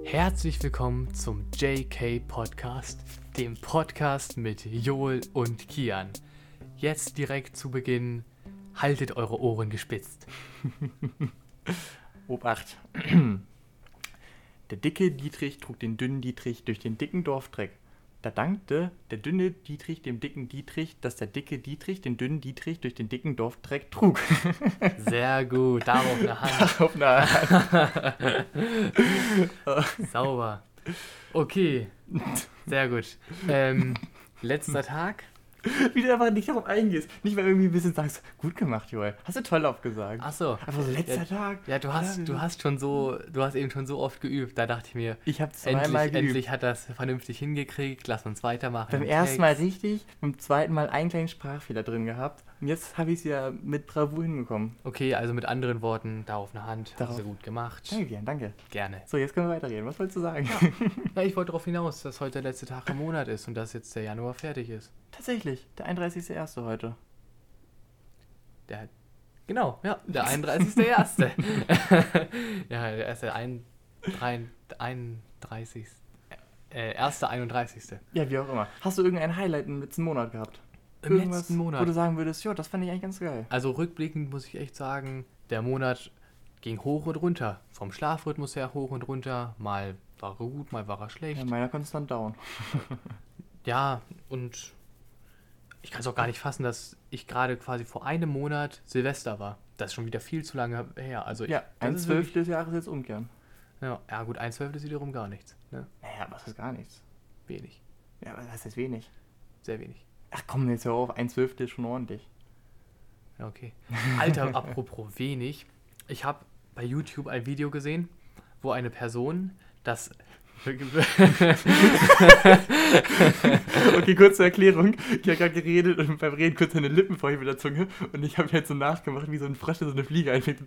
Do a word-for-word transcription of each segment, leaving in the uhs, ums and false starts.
Herzlich willkommen zum J K Podcast, dem Podcast mit Joel und Kian. Jetzt direkt zu Beginn, haltet eure Ohren gespitzt. Obacht. Der dicke Dietrich trug den dünnen Dietrich durch den dicken Dorfdreck. Da dankte der dünne Dietrich dem dicken Dietrich, dass der dicke Dietrich den dünnen Dietrich durch den dicken Dorfdreck trug. Sehr gut, darauf eine Hand. Auf eine Hand. Sauber. Okay, sehr gut. Ähm, letzter Tag. Wie du einfach nicht darauf eingehst. Nicht mal irgendwie ein bisschen sagst, gut gemacht, Joel. Hast du toll aufgesagt. Ach so. Einfach so letzter ja, Tag. Ja, du hast, du hast schon so, du hast eben schon so oft geübt. Da dachte ich mir, ich habe zweimal endlich, geübt. endlich hat das vernünftig hingekriegt. Lass uns weitermachen. Beim ersten Mal richtig, beim zweiten Mal einen kleinen Sprachfehler drin gehabt. Und jetzt habe ich es ja mit Bravour hinbekommen. Okay, also mit anderen Worten, da auf eine Hand. Darauf. Hast du gut gemacht. Danke, Kian, danke. Gerne. So, jetzt können wir weiterreden. Was wolltest du sagen? Ja. Na, ich wollte darauf hinaus, dass heute der letzte Tag im Monat ist und dass jetzt der Januar fertig ist. Tatsächlich, der einunddreißigster erste heute. Der, genau, ja, der einunddreißigster erste Ja, der erste ein, drei, einunddreißigste Äh, erste einunddreißigste Ja, wie auch immer. Hast du irgendein Highlight im letzten Monat gehabt? Im Irgendwas, letzten Monat? wo du sagen würdest, ja, das fand ich eigentlich ganz geil. Also rückblickend muss ich echt sagen, der Monat ging hoch und runter. Vom Schlafrhythmus her hoch und runter. Mal war er gut, mal war er schlecht. Ja, meiner konstant down. Ja, und ich kann es auch gar nicht fassen, dass ich gerade quasi vor einem Monat Silvester war. Das ist schon wieder viel zu lange her. Also Ja, ich, ein das ist Zwölftel wirklich- des Jahres jetzt umkehren. Ja, ja gut, ein Zwölftel ist wiederum gar nichts. Ne? Naja, was ist gar nichts. Wenig. Ja, aber das ist wenig. Sehr wenig. Ach komm, jetzt hör auf, ein Zwölftel ist schon ordentlich. Ja, okay. Alter, apropos wenig. Ich habe bei YouTube ein Video gesehen, wo eine Person das... Okay, kurze Erklärung. Ich habe gerade geredet und beim Reden kurz eine Lippen vor mit der Zunge und ich habe jetzt so nachgemacht, wie so ein Frosch, der so eine Fliege einfängt.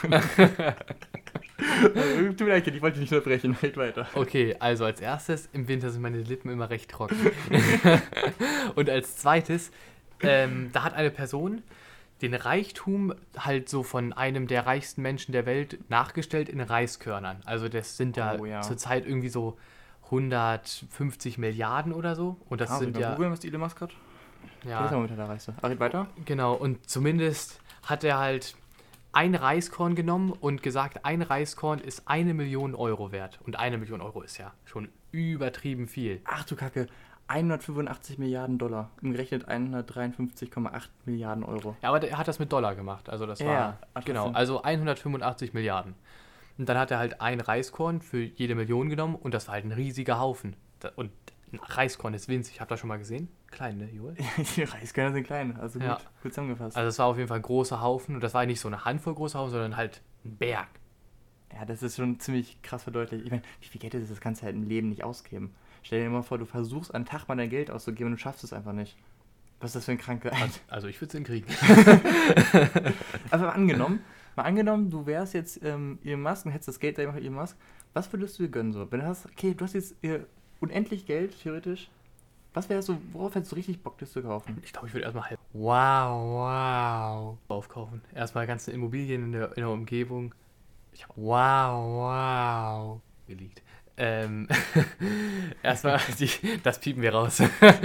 Tut mir leid, ich wollte dich nicht unterbrechen. Halt weiter. Okay, also als erstes, im Winter sind meine Lippen immer recht trocken. Und als zweites, ähm, da hat eine Person den Reichtum halt so von einem der reichsten Menschen der Welt nachgestellt in Reiskörnern. Also das sind ja, Oh, ja. zurzeit irgendwie so hundertfünfzig Milliarden oder so. Und das Ah, sind soll ich mal ja... googeln, was die Elon Musk hat? Der ist ja ja momentan der Reichste. Ach, red weiter? Genau, und zumindest hat er halt ein Reiskorn genommen und gesagt, ein Reiskorn ist eine Million Euro wert. Und eine Million Euro ist ja schon übertrieben viel. Ach du Kacke. hundertfünfundachtzig Milliarden Dollar. Umgerechnet hundertdreiundfünfzig Komma acht Milliarden Euro. Ja, aber er hat das mit Dollar gemacht. Also das Ja, war, ja. Ach, genau, trotzdem. also hundertfünfundachtzig Milliarden. Und dann hat er halt ein Reiskorn für jede Million genommen und das war halt ein riesiger Haufen. Da- Und ein Reiskorn ist winzig. Habt ihr das schon mal gesehen? Klein, ne, Joel? Die Reiskörner sind klein. Also gut, Ja. gut zusammengefasst. Also es war auf jeden Fall ein großer Haufen und das war nicht so eine Handvoll großer Haufen, sondern halt ein Berg. Ja, das ist schon ziemlich krass verdeutlicht. Ich meine, wie viel Geld ist das? Das kannst du halt im Leben nicht ausgeben. Stell dir mal vor, du versuchst einen Tag mal dein Geld auszugeben und du schaffst es einfach nicht. Was ist das für ein kranker... Also ich würde es hinkriegen. Aber mal angenommen, mal angenommen, du wärst jetzt ähm, Elon Musk und hättest das Geld da gemacht, Elon Musk. Was würdest du dir gönnen so? Wenn du hast, okay, du hast jetzt äh, unendlich Geld, theoretisch. Was wäre so, worauf hättest du richtig Bock, das zu kaufen? Ich glaube, ich würde erstmal halb wow, wow aufkaufen. Erstmal ganze Immobilien in der, in der Umgebung. Ich habe wow, wow geleakt. Ähm, erstmal, die, das piepen wir raus.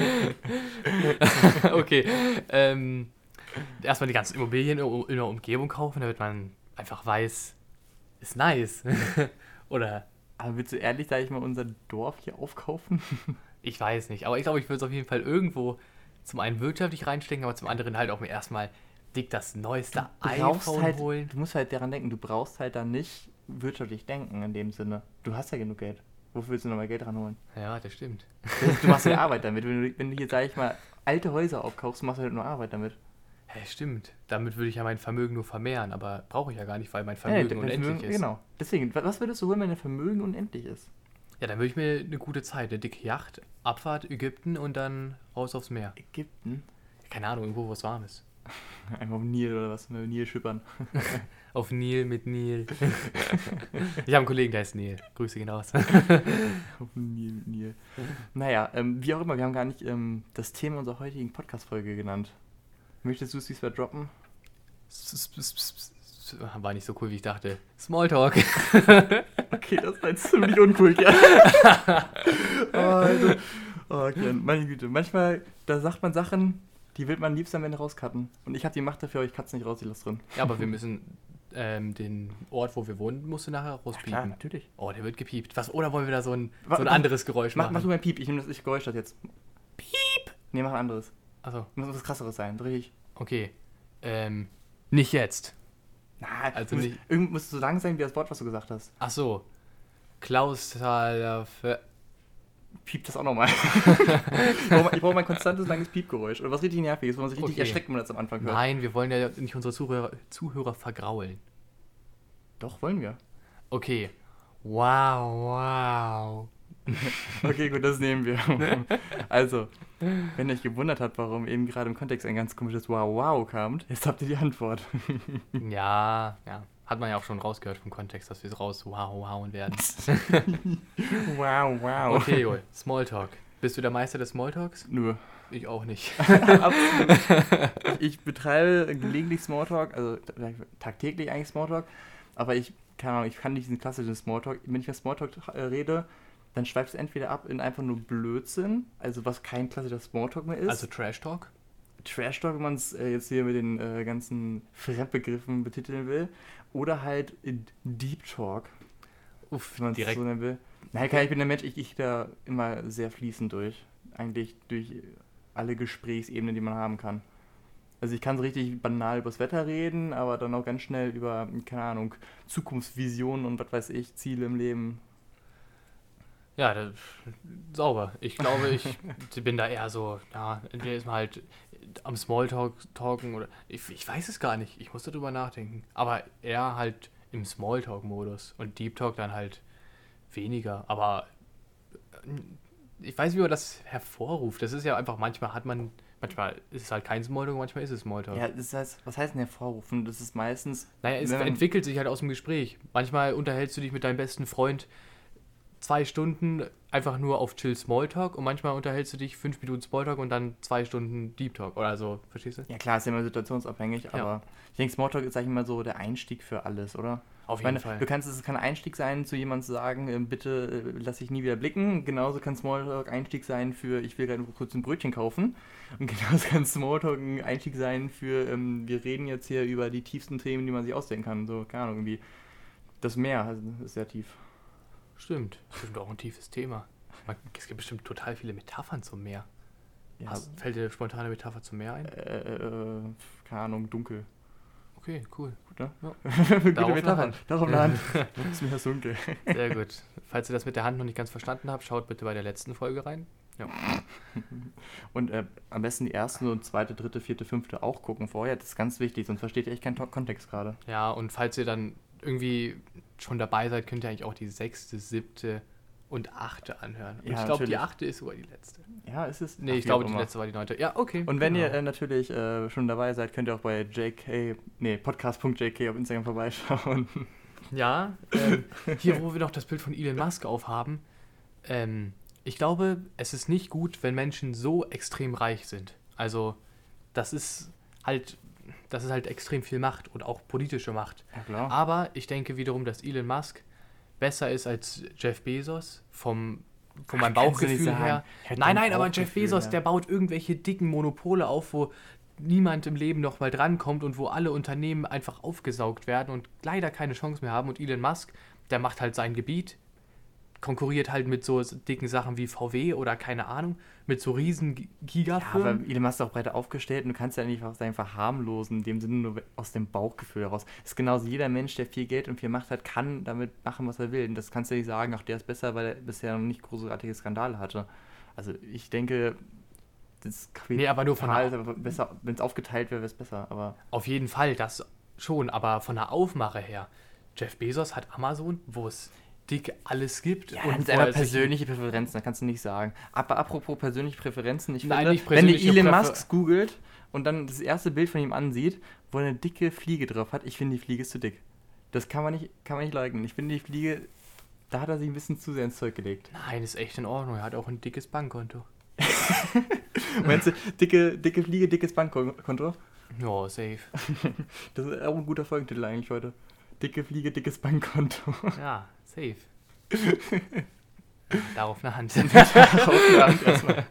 Okay, ähm, erstmal die ganzen Immobilien in in der Umgebung kaufen, damit man einfach weiß, ist nice. Oder Aber willst du ehrlich, sag ich mal, unser Dorf hier aufkaufen? ich weiß nicht, aber ich glaube, ich würde es auf jeden Fall irgendwo zum einen wirtschaftlich reinstecken, aber zum anderen halt auch mir erstmal dick das neueste brauchst iPhone halt, holen. du musst halt daran denken, du brauchst halt dann nicht wirtschaftlich denken in dem Sinne. Du hast ja genug Geld. Wofür willst du nochmal Geld ranholen? Ja, das stimmt. Du machst ja Arbeit damit. Wenn du, wenn du hier, sag ich mal, alte Häuser aufkaufst, machst du halt nur Arbeit damit. Ja, stimmt. Damit würde ich ja mein Vermögen nur vermehren, aber brauche ich ja gar nicht, weil mein Ja, Vermögen dein unendlich Vermögen- ist. Genau. Deswegen, wa- was würdest du holen, wenn dein Vermögen unendlich ist? Ja, dann würde ich mir eine gute Zeit, eine dicke Yacht, Abfahrt, Ägypten und dann raus aufs Meer. Ägypten? Keine Ahnung, irgendwo, wo es warm ist. Einfach auf dem Nil oder was? Mit dem Nil schippern. Auf Nil mit Nil. Ich habe einen Kollegen, der heißt Nil. Grüße gehen raus. Auf dem Nil mit Nil. Naja, ähm, wie auch immer, wir haben gar nicht ähm, das Thema unserer heutigen Podcast-Folge genannt. Möchtest du es diesmal droppen? War nicht so cool, wie ich dachte. Smalltalk. Okay, das war jetzt ziemlich uncool, ja. oh, also, oh, okay, meine Güte. Manchmal, da sagt man Sachen, die will man am liebsten am Ende rauscutten. Und ich habe die Macht dafür, aber ich cutte es nicht raus, ich lasse drin. Ja, aber wir müssen ähm, den Ort, wo wir wohnen, musst du nachher rauspiepen. Ja, klar, natürlich. Oh, der wird gepiept. Was, oder wollen wir da so ein, Mach- so ein mach- anderes Geräusch Mach, machen? mach du mein Piep, ich nehme das ich Geräusch das jetzt. Piep! Nee, mach ein anderes. Achso, Muss was krasseres sein, richtig. okay. Ähm, nicht jetzt. Na, Also muss, nicht- irgend muss so lang sein wie das Wort, was du gesagt hast. Ach so. Klaus Thaler für Piep das auch nochmal. ich brauche mal, ich brauch mal ein konstantes, langes Piepgeräusch. Oder was richtig nerviges, wo man sich richtig Okay. erschreckt, wenn man das am Anfang hört. Nein, wir wollen ja nicht unsere Zuhörer, Zuhörer vergraulen. Doch, wollen wir. Okay. Wow, wow. Okay, gut, das nehmen wir. Also, wenn ihr euch gewundert habt, warum eben gerade im Kontext ein ganz komisches Wow, wow kam, jetzt habt ihr die Antwort. Ja, ja. Hat man ja auch schon rausgehört vom Kontext, dass wir es raus wow, wowen werden. Wow, wow. Okay, Joel. Smalltalk. Bist du der Meister des Smalltalks? Nur. Ich auch nicht. Absolut. Ich betreibe gelegentlich Smalltalk, also tagtäglich eigentlich Smalltalk, aber ich, keine Ahnung, ich kann nicht diesen klassischen Smalltalk. Wenn ich mit Smalltalk äh, rede, dann schweift es entweder ab in einfach nur Blödsinn, also was kein klassischer Smalltalk mehr ist. Also Trash Talk? Trash Talk, wenn man es äh, jetzt hier mit den äh, ganzen Fremdbegriffen betiteln will, oder halt in Deep Talk, Uff, wenn man es direkt. so nennen will. Nein, ich bin der Mensch, ich, ich da immer sehr fließend durch. Eigentlich durch alle Gesprächsebenen, die man haben kann. Also ich kann so richtig banal übers Wetter reden, aber dann auch ganz schnell über, keine Ahnung, Zukunftsvisionen und was weiß ich, Ziele im Leben. Ja, das, sauber. Ich glaube, ich bin da eher so, ja, entweder ist man halt am Smalltalk talken oder ich, ich weiß es gar nicht. Ich muss darüber nachdenken. Aber eher halt im Smalltalk-Modus und Deep Talk dann halt weniger. Aber ich weiß, wie man das hervorruft. Das ist ja einfach, manchmal hat man, manchmal ist es halt kein Smalltalk, manchmal ist es Smalltalk. Ja, das heißt, was heißt denn hervorrufen? Das ist meistens... Naja, es wenn man- entwickelt sich halt aus dem Gespräch. Manchmal unterhältst du dich mit deinem besten Freund zwei Stunden einfach nur auf Chill Smalltalk und manchmal unterhältst du dich fünf Minuten Smalltalk und dann zwei Stunden Deep Talk oder so, verstehst du? Ja klar, ist ja immer situationsabhängig, Ja. aber ich denke, Smalltalk ist eigentlich immer so der Einstieg für alles, oder? Auf Ich jeden meine, Fall. du kannst, es kann ein Einstieg sein, zu jemandem zu sagen, äh, bitte äh, lass dich nie wieder blicken. Genauso kann Smalltalk Einstieg sein für, ich will gerade kurz ein Brötchen kaufen. Und genauso kann Smalltalk ein Einstieg sein für, ähm, wir reden jetzt hier über die tiefsten Themen, die man sich ausdenken kann. So, keine Ahnung, irgendwie das Meer also, ist sehr tief. Stimmt. Das ist bestimmt auch ein tiefes Thema. Man, es gibt bestimmt total viele Metaphern zum Meer. Ja, Hast, fällt dir eine spontane Metapher zum Meer ein? äh, äh, keine Ahnung, dunkel. Okay, cool. Gut, ne? Ja. Gute Darauf eine Metapher. Hand. Darauf eine Hand. Ist mir das dunkel. Sehr gut. Falls ihr das mit der Hand noch nicht ganz verstanden habt, schaut bitte bei der letzten Folge rein. Ja. Und äh, am besten die erste und zweite, dritte, vierte, fünfte auch gucken vorher. Das ist ganz wichtig, sonst versteht ihr echt keinen To- Kontext gerade. Ja, und falls ihr dann irgendwie schon dabei seid, könnt ihr eigentlich auch die sechste, siebte und achte anhören. Und Ja, ich glaube, die natürlich. achte ist sogar die letzte. Ja, ist es? Nee, Ach, ich wie glaube, auch die immer. letzte war die neunte. Ja, okay. Und wenn genau. ihr äh, natürlich äh, schon dabei seid, könnt ihr auch bei J K, nee, podcast punkt J K auf Instagram vorbeischauen. Ja, ähm, hier, wo wir noch das Bild von Elon Musk aufhaben. Ähm, ich glaube, es ist nicht gut, wenn Menschen so extrem reich sind. Also, das ist halt, das ist halt extrem viel Macht und auch politische Macht. Ja, klar. Aber ich denke wiederum, dass Elon Musk besser ist als Jeff Bezos vom, von meinem Ach, kannst du nicht Bauchgefühl sagen. her. Ich hätte Nein, ein nein, aber Jeff Bauchgefühl, Bezos, ja. der baut irgendwelche dicken Monopole auf, wo niemand im Leben noch mal drankommt und wo alle Unternehmen einfach aufgesaugt werden und leider keine Chance mehr haben. Und Elon Musk, der macht halt sein Gebiet, konkurriert halt mit so dicken Sachen wie V W oder keine Ahnung, mit so riesen Gi- Ja, aber Gigafirmen. Elon Musk ist auch breiter aufgestellt und du kannst ja nicht einfach verharmlosen, in dem Sinne nur aus dem Bauchgefühl heraus. Das ist genauso, jeder Mensch, der viel Geld und viel Macht hat, kann damit machen, was er will. Und das kannst du nicht sagen, ach, der ist besser, weil er bisher noch nicht großartige Skandale hatte. Also ich denke, das Nee, aber nur von Kapital der- ist aber besser, wenn es aufgeteilt wäre, wäre es besser. Aber Auf jeden Fall, das schon, aber von der Aufmache her. Jeff Bezos hat Amazon, wo es dick alles gibt. ja, und das sind wo einfach er sich- persönliche Präferenzen, da kannst du nicht sagen. Aber apropos persönliche Präferenzen, ich Nein, finde, nicht wenn ihr persönliche Elon Präfer- Musk googelt und dann das erste Bild von ihm ansieht, wo er eine dicke Fliege drauf hat, ich finde, die Fliege ist zu dick. Das kann man nicht, kann man nicht leugnen. Ich finde, die Fliege, da hat er sich ein bisschen zu sehr ins Zeug gelegt. Nein, ist echt in Ordnung. Er hat auch ein dickes Bankkonto. Meinst du, dicke, dicke Fliege, dickes Bankkonto? Ja, safe. Das ist auch ein guter Folgentitel eigentlich heute. Dicke Fliege, dickes Bankkonto. Ja, safe. Darauf eine Hand. Darauf eine Hand erstmal.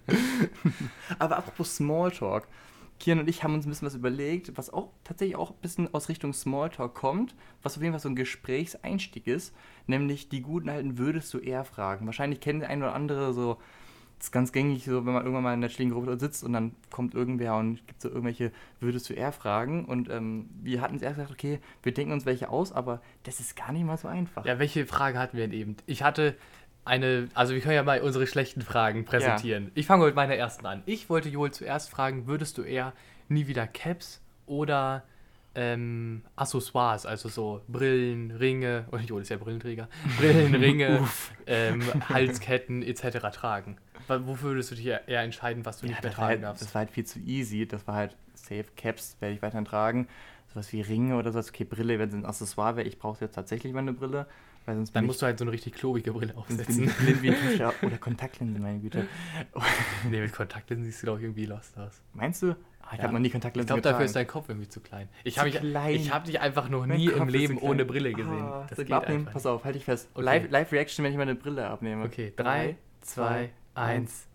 Aber apropos Smalltalk. Kian und ich haben uns ein bisschen was überlegt, was auch tatsächlich auch ein bisschen aus Richtung Smalltalk kommt, was auf jeden Fall so ein Gesprächseinstieg ist, nämlich die guten alten würdest du eher fragen. Wahrscheinlich kennen der ein oder andere so, das ist ganz gängig, so wenn man irgendwann mal in der chilligen Gruppe sitzt und dann kommt irgendwer und gibt so irgendwelche würdest du eher fragen und ähm, wir hatten es erst gesagt, okay, wir denken uns welche aus, aber das ist gar nicht mal so einfach. Ja, welche Frage hatten wir denn eben? Ich hatte eine, also wir können ja mal unsere schlechten Fragen präsentieren. Ja. Ich fange mit meiner ersten an. Ich wollte Joel zuerst fragen, würdest du eher nie wieder Caps oder ähm, Accessoires, also so Brillen, Ringe, oder Joel ist ja Brillenträger, Brillen, Ringe, ähm, Halsketten et cetera tragen? Wofür würdest du dich eher entscheiden, was du ja, nicht mehr tragen halt, darfst? Das war halt viel zu easy, das war halt safe Caps, werde ich weiterhin tragen. Sowas wie Ringe oder sowas, okay, Brille, wenn es ein Accessoire wäre, ich brauche jetzt tatsächlich mal eine Brille. Weil sonst Dann musst du halt so eine richtig klobige Brille aufsetzen. Bin ich blind wie ein Fischer. Oder Kontaktlinsen, meine Güte. Nee, mit Kontaktlinsen siehst du doch irgendwie lost aus. Meinst du? Ah, ich ja. habe noch nie Kontaktlinsen Ich glaube, dafür ist dein Kopf irgendwie zu klein. Ich habe hab dich einfach noch nie im Leben ohne Brille gesehen. Ah, das geht abnehmen? Pass auf, halte ich fest. Okay. Live, Live-Reaction, wenn ich meine Brille abnehme. Okay, drei, zwei, eins.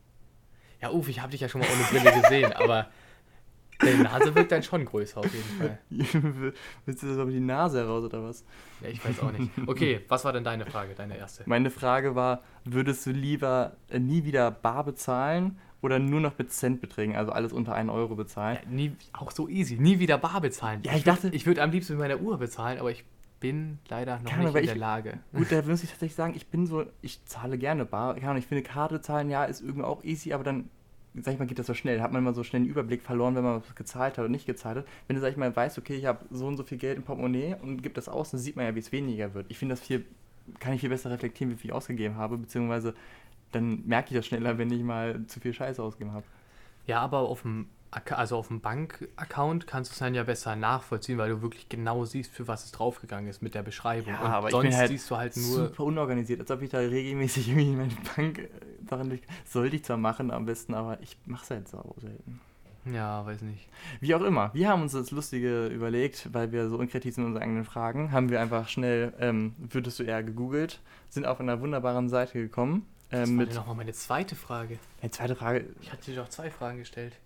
Ja, uff, ich habe dich ja schon mal ohne Brille gesehen, aber deine Nase wirkt dann schon größer auf jeden Fall. Willst du das aber die Nase heraus oder was? Ja, ich weiß auch nicht. Okay, was war denn deine Frage, deine erste? Meine Frage war, würdest du lieber äh, nie wieder bar bezahlen oder nur noch mit Centbeträgen, also alles unter einen Euro bezahlen? Ja, nie, auch so easy, nie wieder bar bezahlen. Ja, ich dachte... Ich würde am liebsten mit meiner Uhr bezahlen, aber ich bin leider noch Keine nicht Ahnung, in der ich, Lage. Gut, da muss ich tatsächlich sagen, ich bin so, ich zahle gerne bar. Keine Ahnung, ich finde Karte zahlen, ja, ist irgendwie auch easy, aber dann, sag ich mal, geht das so schnell. Hat man mal so schnell einen Überblick verloren, wenn man was gezahlt hat oder nicht gezahlt hat. Wenn du, sag ich mal, weißt, okay, ich habe so und so viel Geld im Portemonnaie und gibt das aus, dann sieht man ja, wie es weniger wird. Ich finde das viel, kann ich viel besser reflektieren, wie viel ich ausgegeben habe, beziehungsweise dann merke ich das schneller, wenn ich mal zu viel Scheiße ausgegeben habe. Ja, aber auf dem, also auf dem Bank-Account kannst du es dann ja besser nachvollziehen, weil du wirklich genau siehst, für was es draufgegangen ist mit der Beschreibung. Ja, und aber sonst ich bin halt siehst du halt nur super unorganisiert, als ob ich da regelmäßig irgendwie meine Bank daran durch. Sollte ich zwar machen am besten, aber ich mache es halt so selten. Ja, weiß nicht. Wie auch immer, wir haben uns das Lustige überlegt, weil wir so unkreativ sind in unseren eigenen Fragen, haben wir einfach schnell, ähm, würdest du eher gegoogelt, sind auf einer wunderbaren Seite gekommen. Ähm, das war mit nochmal meine zweite Frage. Die zweite Frage. Ich hatte dir doch zwei Fragen gestellt.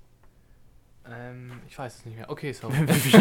Ähm, ich weiß es nicht mehr. Okay, sorry.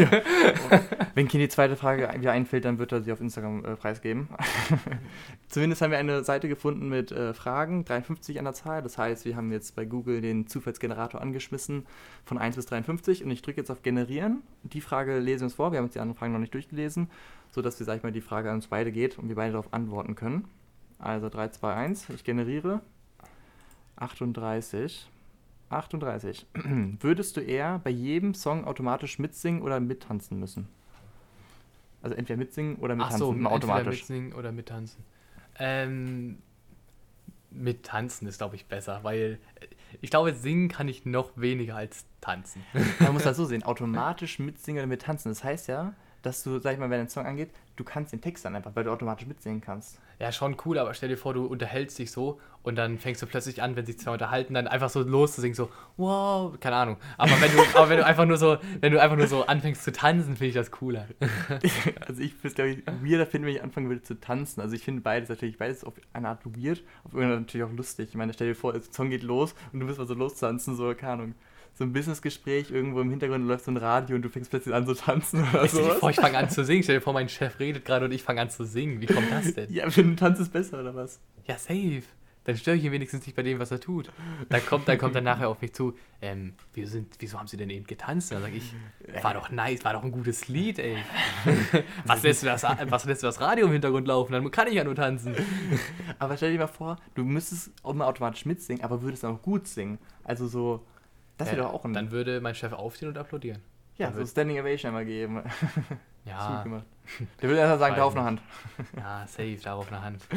Wenn Kind die zweite Frage wieder einfällt, dann wird er sie auf Instagram äh, preisgeben. Zumindest haben wir eine Seite gefunden mit äh, Fragen, dreiundfünfzig an der Zahl. Das heißt, wir haben jetzt bei Google den Zufallsgenerator angeschmissen von eins bis dreiundfünfzig und ich drücke jetzt auf Generieren. Die Frage lesen wir uns vor. Wir haben uns die anderen Fragen noch nicht durchgelesen, sodass wir, sag ich mal, die Frage an uns beide geht und wir beide darauf antworten können. Also drei, zwei, eins. Ich generiere. achtunddreißig. achtunddreißig. Würdest du eher bei jedem Song automatisch mitsingen oder mittanzen müssen? Also entweder mitsingen oder mittanzen. Ach so, immer automatisch. Entweder mitsingen oder mittanzen. Ähm, mittanzen ist, glaube ich, besser, weil ich glaube, singen kann ich noch weniger als tanzen. Man muss das so sehen, automatisch mitsingen oder mittanzen. Das heißt ja, dass du, sag ich mal, wenn ein Song angeht, du kannst den Text dann einfach, weil du automatisch mitsingen kannst. Ja, schon cool, aber stell dir vor, du unterhältst dich so und dann fängst du plötzlich an, wenn sich zwei unterhalten, dann einfach so loszusingen, so, wow, keine Ahnung. Aber wenn du, aber wenn du einfach nur so, wenn du einfach nur so anfängst zu tanzen, finde ich das cooler. Also ich finde es, glaube ich, weirder finden, wenn ich anfangen würde zu tanzen. Also ich finde beides natürlich, beides auf eine Art weird, auf irgendeine Art natürlich auch lustig. Ich meine, stell dir vor, der Song geht los und du bist mal so lostanzen, so, keine Ahnung. So ein Businessgespräch, irgendwo im Hintergrund läuft so ein Radio und du fängst plötzlich an zu tanzen oder so. Stell dir vor, ich fange an zu singen. Stell dir vor, mein Chef redet gerade und ich fange an zu singen. Wie kommt das denn? Ja, wenn du tanzt, ist besser, oder was? Ja, safe. Dann störe ich ihn wenigstens nicht bei dem, was er tut. Dann kommt, dann kommt er nachher auf mich zu, ähm, wieso, sind, wieso haben sie denn eben getanzt? Dann sage ich, war doch nice, war doch ein gutes Lied, ey. Was lässt du das, was lässt du das Radio im Hintergrund laufen? Dann kann ich ja nur tanzen. Aber stell dir mal vor, du müsstest auch mal automatisch mitsingen, aber würdest auch gut singen. Also so... Das wäre äh, doch auch ein... Dann würde mein Chef aufstehen und applaudieren. Ja, so Standing Ovation einmal geben. Ja. Gut gemacht. Der würde erstmal sagen, darauf eine Hand. Ja, safe, darauf eine Hand.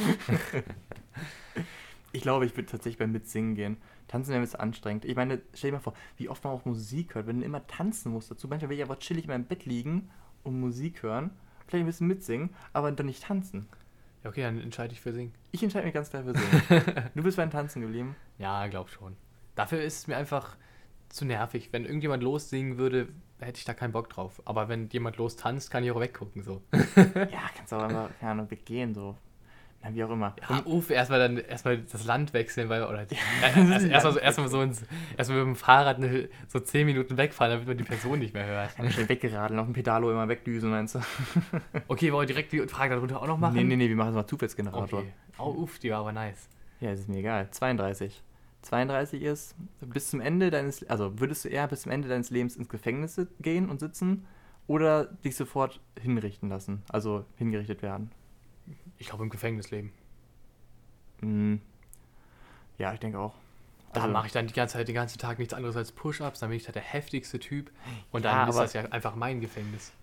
Ich glaube, ich würde tatsächlich beim Mitsingen gehen. Tanzen wäre ein bisschen anstrengend. Ich meine, stell dir mal vor, wie oft man auch Musik hört, wenn du immer tanzen musst dazu. Manchmal will ich aber chillig in meinem Bett liegen und Musik hören, vielleicht ein bisschen mitsingen, aber dann nicht tanzen. Ja, okay, dann entscheide ich für Singen. Ich entscheide mich ganz klar für Singen. Du bist beim Tanzen geblieben? Ja, glaub schon. Dafür ist es mir einfach zu nervig. Wenn irgendjemand lossingen würde, hätte ich da keinen Bock drauf. Aber wenn jemand los tanzt, kann ich auch weggucken, so. Ja, kannst auch einfach, keine Ahnung, weggehen, so. Na, wie auch immer. Ja, uff, erstmal dann erstmal das Land wechseln, weil, oder die, äh, erst, erstmal so, erstmal so ins, erstmal mit dem Fahrrad eine, so zehn Minuten wegfahren, damit man die Person nicht mehr hört. Ja, schnell weggeraden, auf dem Pedalo immer wegdüsen, meinst du? Okay, wollen wir direkt die Frage darunter auch noch machen? Nee, nee, nee, wir machen es mal Zufallsgenerator. Okay. Oh, uff, die war aber nice. Ja, das ist mir egal. zweiunddreißig. zweiunddreißig ist, bis zum Ende deines, also würdest du eher bis zum Ende deines Lebens ins Gefängnis gehen und sitzen oder dich sofort hinrichten lassen, also hingerichtet werden? Ich glaube im Gefängnis leben. Hm. Ja, ich denke auch. Da Also- mache ich dann die ganze Zeit, den ganzen Tag nichts anderes als Push-Ups, dann bin ich da der heftigste Typ und Ja, dann ist aber- das ja einfach mein Gefängnis.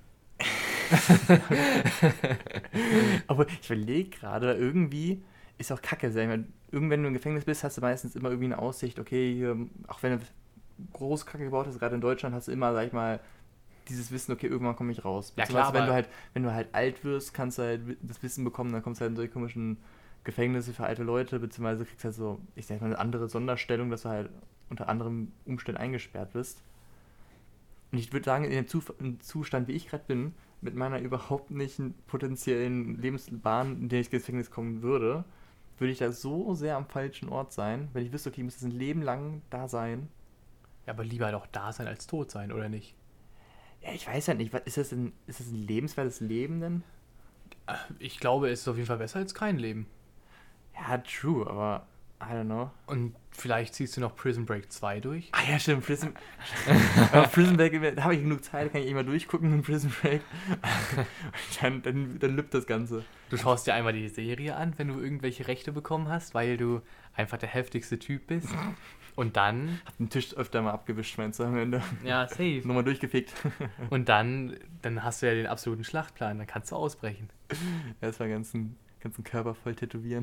Aber ich überlege gerade, irgendwie ist auch kacke. Sag ich mal, irgendwann, wenn du im Gefängnis bist, hast du meistens immer irgendwie eine Aussicht, okay, hier, auch wenn du groß Kacke gebaut hast, gerade in Deutschland, hast du immer, sag ich mal, dieses Wissen, okay, irgendwann komme ich raus. Ja, Beziehungsweise, klar, wenn du aber- halt, wenn du halt alt wirst, kannst du halt das Wissen bekommen, dann kommst du halt in solche komischen Gefängnisse für alte Leute, beziehungsweise kriegst halt so, ich sag mal, eine andere Sonderstellung, dass du halt unter anderem Umständen eingesperrt bist. Und ich würde sagen, in dem Zuf- im Zustand, wie ich gerade bin, mit meiner überhaupt nicht potenziellen Lebensbahn, in der ich ins Gefängnis kommen würde, würde ich da so sehr am falschen Ort sein, wenn ich wüsste, okay, ich muss ein Leben lang da sein. Ja, aber lieber doch da sein als tot sein, oder nicht? Ja, ich weiß ja nicht, was- ist das ein, ist das ein lebenswertes Leben denn? Ich glaube, es ist auf jeden Fall besser als kein Leben. Ja, true, aber I don't know. Und vielleicht ziehst du noch Prison Break zwei durch? Ah ja, stimmt, Prison, aber Prison Break, da habe ich genug Zeit, kann ich immer durchgucken in Prison Break. Und dann, dann, dann lübt das Ganze. Du schaust dir einmal die Serie an, wenn du irgendwelche Rechte bekommen hast, weil du einfach der heftigste Typ bist. Und dann... Hab den Tisch öfter mal abgewischt, meinst du, am Ende. Ja, safe. Nochmal durchgefegt. Und dann, dann hast du ja den absoluten Schlachtplan, dann kannst du ausbrechen. Erstmal ganzen, ganzen Körper voll tätowieren.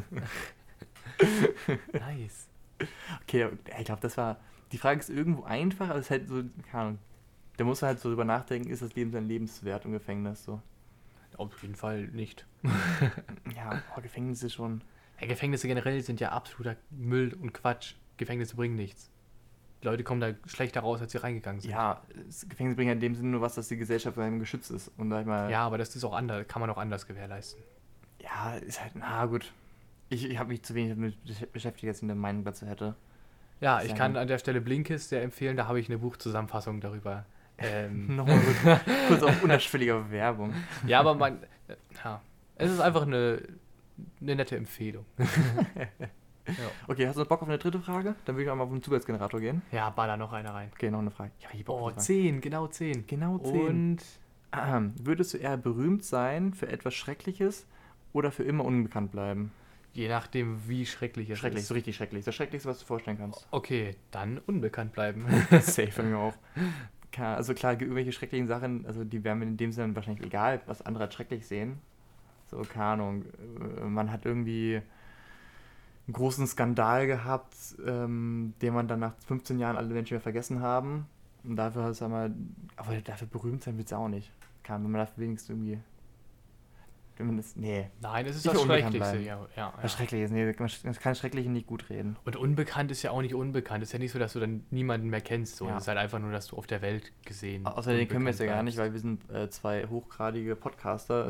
Nice. Okay, ich glaube, das war. Die Frage ist irgendwo einfach, aber es ist halt so, keine Ahnung. Da muss man halt so drüber nachdenken, ist das Leben sein lebenswert im Gefängnis so. Auf jeden Fall nicht. Ja, oh, Gefängnis ist schon. Ja, Gefängnisse generell sind ja absoluter Müll und Quatsch. Gefängnisse bringen nichts. Die Leute kommen da schlechter raus, als sie reingegangen sind. Ja, das Gefängnis bringt ja in dem Sinne nur was, dass die Gesellschaft vor einem geschützt ist. Und sag ich mal. Ja, aber das ist auch anders, kann man auch anders gewährleisten. Ja, ist halt, na gut. Ich, ich habe mich zu wenig damit besch- beschäftigt, dass ich eine Meinung dazu hätte. Ja, ich Sehr kann gut. an der Stelle Blinkist sehr empfehlen, da habe ich eine Buchzusammenfassung darüber. Ähm, Nochmal kurz, kurz auf unterschwellige Werbung. ja, aber man, äh, ja, es ist einfach eine, eine nette Empfehlung. ja. Okay, hast du noch Bock auf eine dritte Frage? Dann würde ich auch mal auf den Zufallsgenerator gehen. ja, baller noch eine rein. Okay, noch eine Frage. Ja, ich hab Bock Oh, auf eine Frage. zehn, genau zehn. Genau zehn. Und Ähm, würdest du eher berühmt sein für etwas Schreckliches oder für immer unbekannt bleiben? je nachdem, wie schrecklich es Schrecklich, ist. so richtig schrecklich. Das Schrecklichste, was du dir vorstellen kannst. Okay, dann unbekannt bleiben. Safe bei mir auch. Klar, also klar, irgendwelche schrecklichen Sachen, also die wären mir in dem Sinne wahrscheinlich egal, was andere als schrecklich sehen. So, keine Ahnung, äh, man hat irgendwie einen großen Skandal gehabt, ähm, den man dann nach fünfzehn Jahren alle Menschen wieder vergessen haben. Und dafür, sag mal, aber dafür berühmt sein wird es auch nicht. Kann, wenn man dafür wenigstens irgendwie, wenn man das, nee, Nein, es ist Ich das will unbekannt Schrecklichste. bleiben. Ja, ja, was ja. Schreckliches, nee, man kann Schreckliche nicht gut reden. Und unbekannt ist ja auch nicht unbekannt. Es ist ja nicht so, dass du dann niemanden mehr kennst. So. Ja. Es ist halt einfach nur, dass du auf der Welt gesehen Außerdem können wir es ja unbekannt gar nicht, bleibst. weil wir sind äh, zwei hochgradige Podcaster.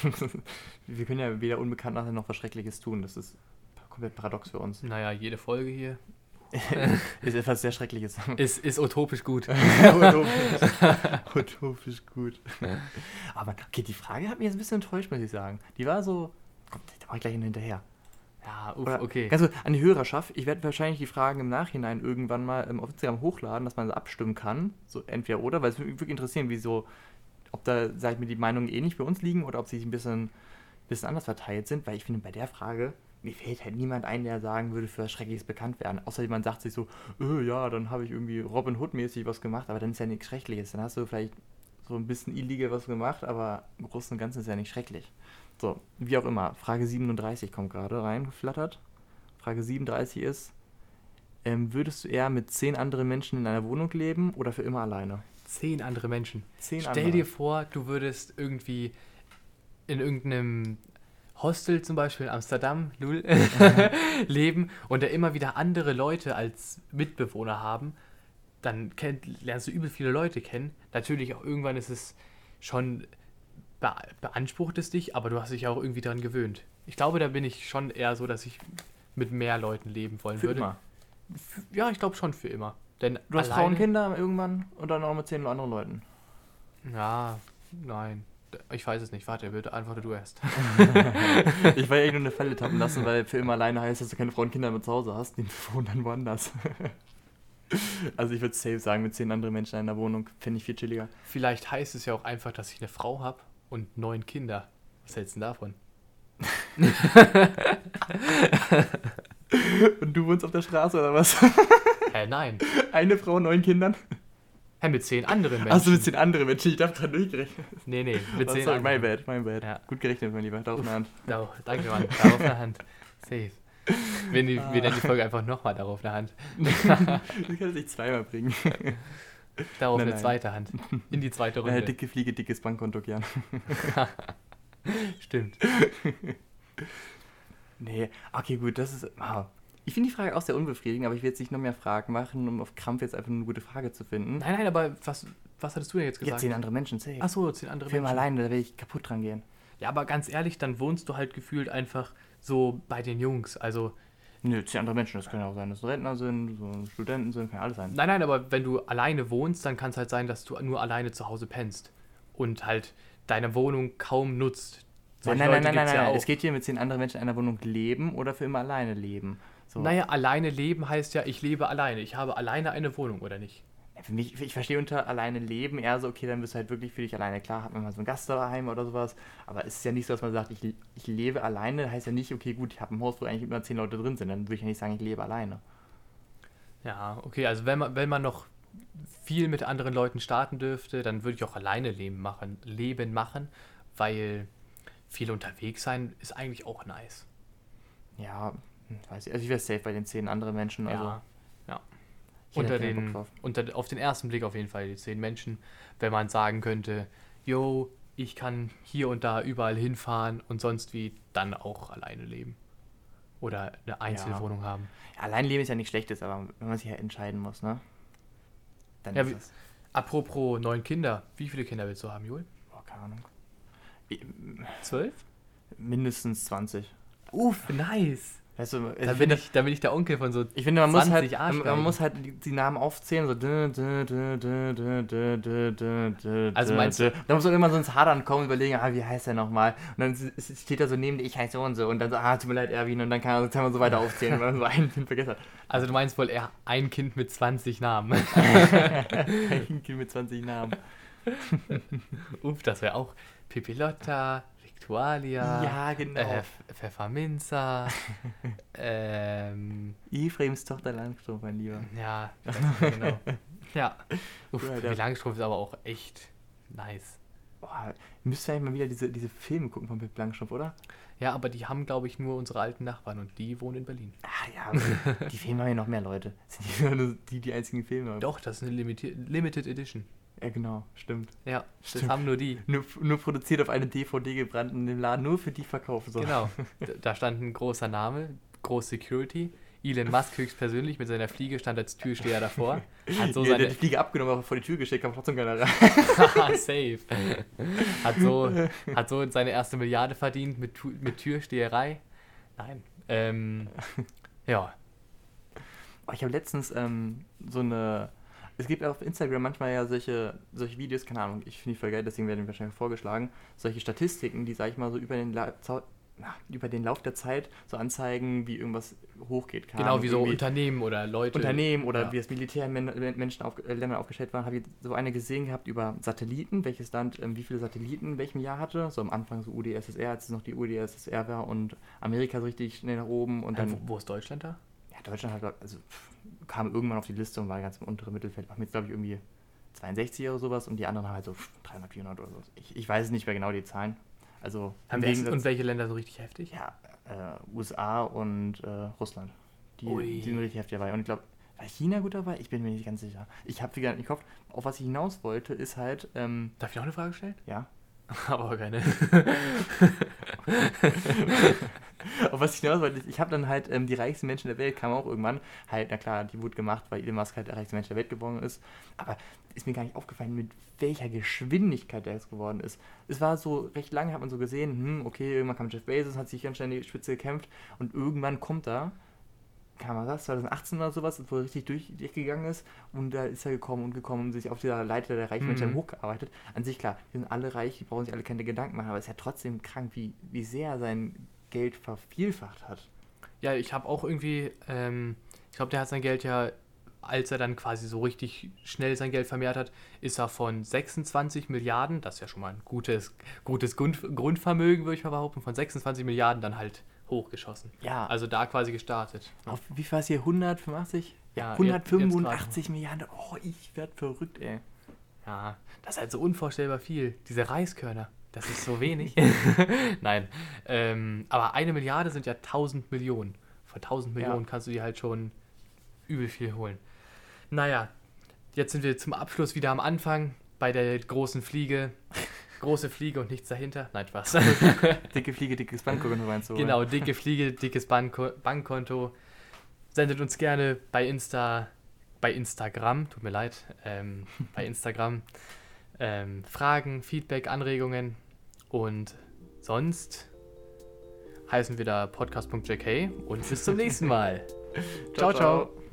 Wir können ja weder unbekannt nachher noch was Schreckliches tun. Das ist komplett paradox für uns. Naja, jede Folge hier Ist etwas sehr Schreckliches. ist, ist utopisch gut. Utopisch. Utopisch gut. Aber okay, die Frage hat mich jetzt ein bisschen enttäuscht, muss ich sagen. Die war so. Komm, da mach ich gleich hinterher. Ja, uff, Oder, okay. Ganz kurz, an die Hörerschaft, ich werde wahrscheinlich die Fragen im Nachhinein irgendwann mal ähm, auf Instagram hochladen, dass man sie abstimmen kann. So entweder oder, weil es würde mich wirklich interessieren, wie so, ob da, sag ich mir, die Meinungen ähnlich bei uns liegen oder ob sie sich ein bisschen, bisschen anders verteilt sind, weil ich finde, bei der Frage, mir fällt halt niemand ein, der sagen würde, für was Schreckliches bekannt werden. Außer jemand sagt sich so, äh, ja, dann habe ich irgendwie Robin Hood-mäßig was gemacht, aber dann ist ja nichts Schreckliches. Dann hast du vielleicht so ein bisschen illegal was gemacht, aber im Großen und Ganzen ist ja nicht schrecklich. So, wie auch immer, Frage siebenunddreißig kommt gerade reingeflattert. Frage siebenunddreißig ist, ähm, würdest du eher mit zehn anderen Menschen in einer Wohnung leben oder für immer alleine? Zehn andere Menschen. Zehn Stell andere. dir vor, du würdest irgendwie in irgendeinem Hostel zum Beispiel in Amsterdam lul, leben und da immer wieder andere Leute als Mitbewohner haben. dann kennt, lernst du übel viele Leute kennen. Natürlich auch irgendwann ist es schon, be beansprucht es dich, aber du hast dich auch irgendwie daran gewöhnt. Ich glaube, da bin ich schon eher so, dass ich mit mehr Leuten leben wollen Für würde. immer. F ja, ich glaube schon für immer. Denn Du hast alleine, Frauen, Kinder irgendwann und dann auch mit zehn anderen Leuten. Ja, nein. Ich weiß es nicht. Warte, bitte antworte du erst. Ich will ja eh nur eine Falle tappen lassen, weil für immer alleine heißt, dass du keine Frauen und Kinder mehr zu Hause hast. Die wohnen dann woanders. Also ich würde safe sagen, mit zehn anderen Menschen in einer Wohnung finde ich viel chilliger. Vielleicht heißt es ja auch einfach, dass ich eine Frau habe und neun Kinder. Was hältst du denn davon? Und du wohnst auf der Straße oder was? Hä, nein. Eine Frau, neun Kindern? Hä, mit zehn anderen Menschen. Achso, mit zehn anderen Menschen. Ich darf gerade durchgerechnet. Nee, nee, mit Oh, zehn sorry, my anderen. bad, my bad. Ja. Gut gerechnet, mein Lieber. Darauf eine Hand. Da, danke, Mann. Darauf eine Hand. Safe. Wir, ne- wir nennen die Folge einfach nochmal darauf eine Hand. Du kannst es nicht zweimal bringen. Darauf Nein, eine nein. zweite Hand. In die zweite Runde. Äh, dicke Fliege, dickes Bankkonto, Jan. Stimmt. Nee, okay, gut, das ist... Ah. Ich finde die Frage auch sehr unbefriedigend, aber ich will jetzt nicht noch mehr Fragen machen, um auf Krampf jetzt einfach eine gute Frage zu finden. Nein, nein, aber was, was hattest du denn jetzt Ja, gesagt? zehn andere Menschen, safe. Achso, zehn andere Film Menschen. alleine, da will ich kaputt dran gehen. Ja, aber ganz ehrlich, dann wohnst du halt gefühlt einfach so bei den Jungs. Also, Nö, zehn andere Menschen, das kann ja auch sein, dass es Rentner sind, so Studenten sind, kann ja alles sein. nein, nein, aber wenn du alleine wohnst, dann kann es halt sein, dass du nur alleine zu Hause pennst. Und halt deine Wohnung kaum nutzt. Nein, Solche nein, nein, Leute nein, nein, gibt's ja nein. auch. Es geht hier mit zehn anderen Menschen in einer Wohnung leben oder für immer alleine leben. So. Naja, alleine leben heißt ja, ich lebe alleine. Ich habe alleine eine Wohnung, oder nicht? Für mich, ich verstehe unter alleine leben eher so, okay, dann bist du halt wirklich für dich alleine. Klar hat man mal so einen Gast daheim oder sowas, aber es ist ja nicht so, dass man sagt, ich, ich lebe alleine, heißt ja nicht, okay, gut, ich habe ein Haus, wo eigentlich immer zehn Leute drin sind, dann würde ich ja nicht sagen, ich lebe alleine. Ja, okay, also wenn man, wenn man noch viel mit anderen Leuten starten dürfte, dann würde ich auch alleine Leben machen, Leben machen, weil viel unterwegs sein ist eigentlich auch nice. Ja, hm, weiß ich, also ich wäre safe bei den zehn anderen Menschen, also ja, ja. ich hätte Unter keinen Bock den, drauf. unter, auf den ersten Blick auf jeden Fall die zehn Menschen, wenn man sagen könnte, yo, ich kann hier und da überall hinfahren und sonst wie dann auch alleine leben. Oder eine Einzelwohnung haben. Ja, allein leben ist ja nichts Schlechtes, aber wenn man sich ja entscheiden muss, ne? Dann Ja, ist wie- das, Apropos neun Kinder, wie viele Kinder willst du haben, Joel? oh, keine Ahnung. Ich- Zwölf? Mindestens zwanzig. Uff, nice. Weißt du, also Da ich bin finde, ich, da bin ich der Onkel von so. ich finde, man muss halt, zwanzig man, man Arschgeigen. muss halt die, die Namen aufzählen, so dö, dö, dö, dö, dö, dö, dö, dö, dö, Also dö, meinst dö. Da muss man immer so ins Hadern kommen, überlegen, ah, wie heißt der nochmal? Und dann s- s- steht da so neben dir, ich heiße so und so. Und dann so, ah, tut mir leid, Erwin. Und dann kann, man- kann man so weiter aufzählen, weil man so ein Kind vergessen hat. Also du meinst wohl eher ein Kind mit zwanzig Namen. Ein Kind mit zwanzig Namen. Uff, das wäre auch Pipilotta, Victualia, Ja, genau. äh, Pf- Pfefferminza, ähm, Ephraims Tochter Langstrumpf, mein Lieber. ja, ich weiß nicht mehr genau. Ja, Uff, Ja, Pippi der- Langstrumpf ist aber auch echt nice. Boah, müssten wir eigentlich mal wieder diese, diese Filme gucken von Pippi Langstrumpf, oder? Ja, aber die haben, glaube ich, nur unsere alten Nachbarn und die wohnen in Berlin. Ah ja, aber die Filme haben ja noch mehr Leute. Sind die nur die, die einzigen Filme? Doch, das ist eine Limiti Limited Edition. Ja, genau, stimmt. Ja, das Stimmt. haben nur die. Nur, nur produziert auf eine D V D gebrannt und im Laden nur für die verkaufen. So. Genau. D- Da stand ein großer Name, groß Security. Elon Musk höchstpersönlich mit seiner Fliege stand als Türsteher davor. Hat so Ja, der hat seine. die Fliege abgenommen, aber vor die Tür geschickt, kam trotzdem keiner rein. Safe. Hat so, hat so seine erste Milliarde verdient mit, Tu- mit Türsteherei. Nein. Ähm, ja. Oh, ich habe letztens ähm, so eine... Es gibt auf Instagram manchmal ja solche, solche Videos, keine Ahnung, ich finde die voll geil, deswegen werden die wahrscheinlich vorgeschlagen, solche Statistiken, die, sag ich mal, so über den, La Zau na, über den Lauf der Zeit so anzeigen, wie irgendwas hochgeht. Keine Genau Ahnung, wie so irgendwie Unternehmen oder Leute. Unternehmen oder ja. wie das Militär in Men Menschen auf, äh, Ländern aufgestellt war, habe ich so eine gesehen gehabt über Satelliten, welches Land ähm, wie viele Satelliten in welchem Jahr hatte. So am Anfang so U D S S R, als es noch die U D S S R war und Amerika so richtig schnell nach oben und Äh, dann... wo, wo ist Deutschland da? Ja, Deutschland hat, glaub- also pff, kam irgendwann auf die Liste und war ganz im unteren Mittelfeld. Haben jetzt, glaube ich, irgendwie zweiundsechzig oder sowas und die anderen haben halt so pff, dreihundert, vierhundert oder so. Ich, ich weiß nicht mehr genau die Zahlen. Also, im Wer ist- Gegensatz- Und welche Länder so richtig heftig? ja, äh, U S A und äh, Russland. Die, Ui. die sind richtig heftig dabei. Und ich glaube, war China gut dabei? Ich bin mir nicht ganz sicher. Ich habe wieder im Kopf, auf was ich hinaus wollte, ist halt, ähm, Darf ich noch eine Frage stellen? ja, Aber keine. Und was ich hinaus wollte, ich habe dann halt ähm, die reichsten Menschen der Welt, kam auch irgendwann, halt, na klar, die wurde gemacht, weil Elon Musk halt der reichste Mensch der Welt geworden ist, aber ist mir gar nicht aufgefallen, mit welcher Geschwindigkeit der es geworden ist. Es war so, recht lange hat man so gesehen, hm, okay, irgendwann kam Jeff Bezos, hat sich ganz schnell in die Spitze gekämpft und irgendwann kommt er, kam er das, zwanzig achtzehn oder sowas, wo er richtig durch die Ecke gegangen ist und da ist er gekommen und gekommen und sich auf dieser Leiter der reichen Menschen Mhm. hochgearbeitet. An sich, klar, die sind alle reich, die brauchen sich alle keine Gedanken machen, aber es ist ja trotzdem krank, wie, wie sehr er sein Geld vervielfacht hat. Ja, ich habe auch irgendwie, ähm, ich glaube, der hat sein Geld ja, als er dann quasi so richtig schnell sein Geld vermehrt hat, ist er von sechsundzwanzig Milliarden, das ist ja schon mal ein gutes, gutes Grund, Grundvermögen, würde ich mal behaupten, von sechsundzwanzig Milliarden dann halt hochgeschossen. Ja, Also da quasi gestartet. auf, wie war es hier, hundertfünfundachtzig? Ja, Ja, jetzt- hundertfünfundachtzig Milliarden. Oh, ich werd verrückt, ey. Ja, das ist halt so unvorstellbar viel. Diese Reiskörner, das ist so wenig. Nein, ähm, aber eine Milliarde sind ja tausend Millionen. Von tausend Ja. Millionen kannst du dir halt schon übel viel holen. Naja, jetzt sind wir zum Abschluss wieder am Anfang bei der großen Fliege. Große Fliege und nichts dahinter. Nein, Spaß. Dicke Fliege, dickes Bankkonto meinst du? oder? Genau, dicke Fliege, dickes Banko Bankkonto. Sendet uns gerne bei Insta, bei Instagram, tut mir leid, ähm, bei Instagram ähm, Fragen, Feedback, Anregungen und sonst heißen wir da podcast punkt j k und bis zum nächsten Mal. ciao. ciao.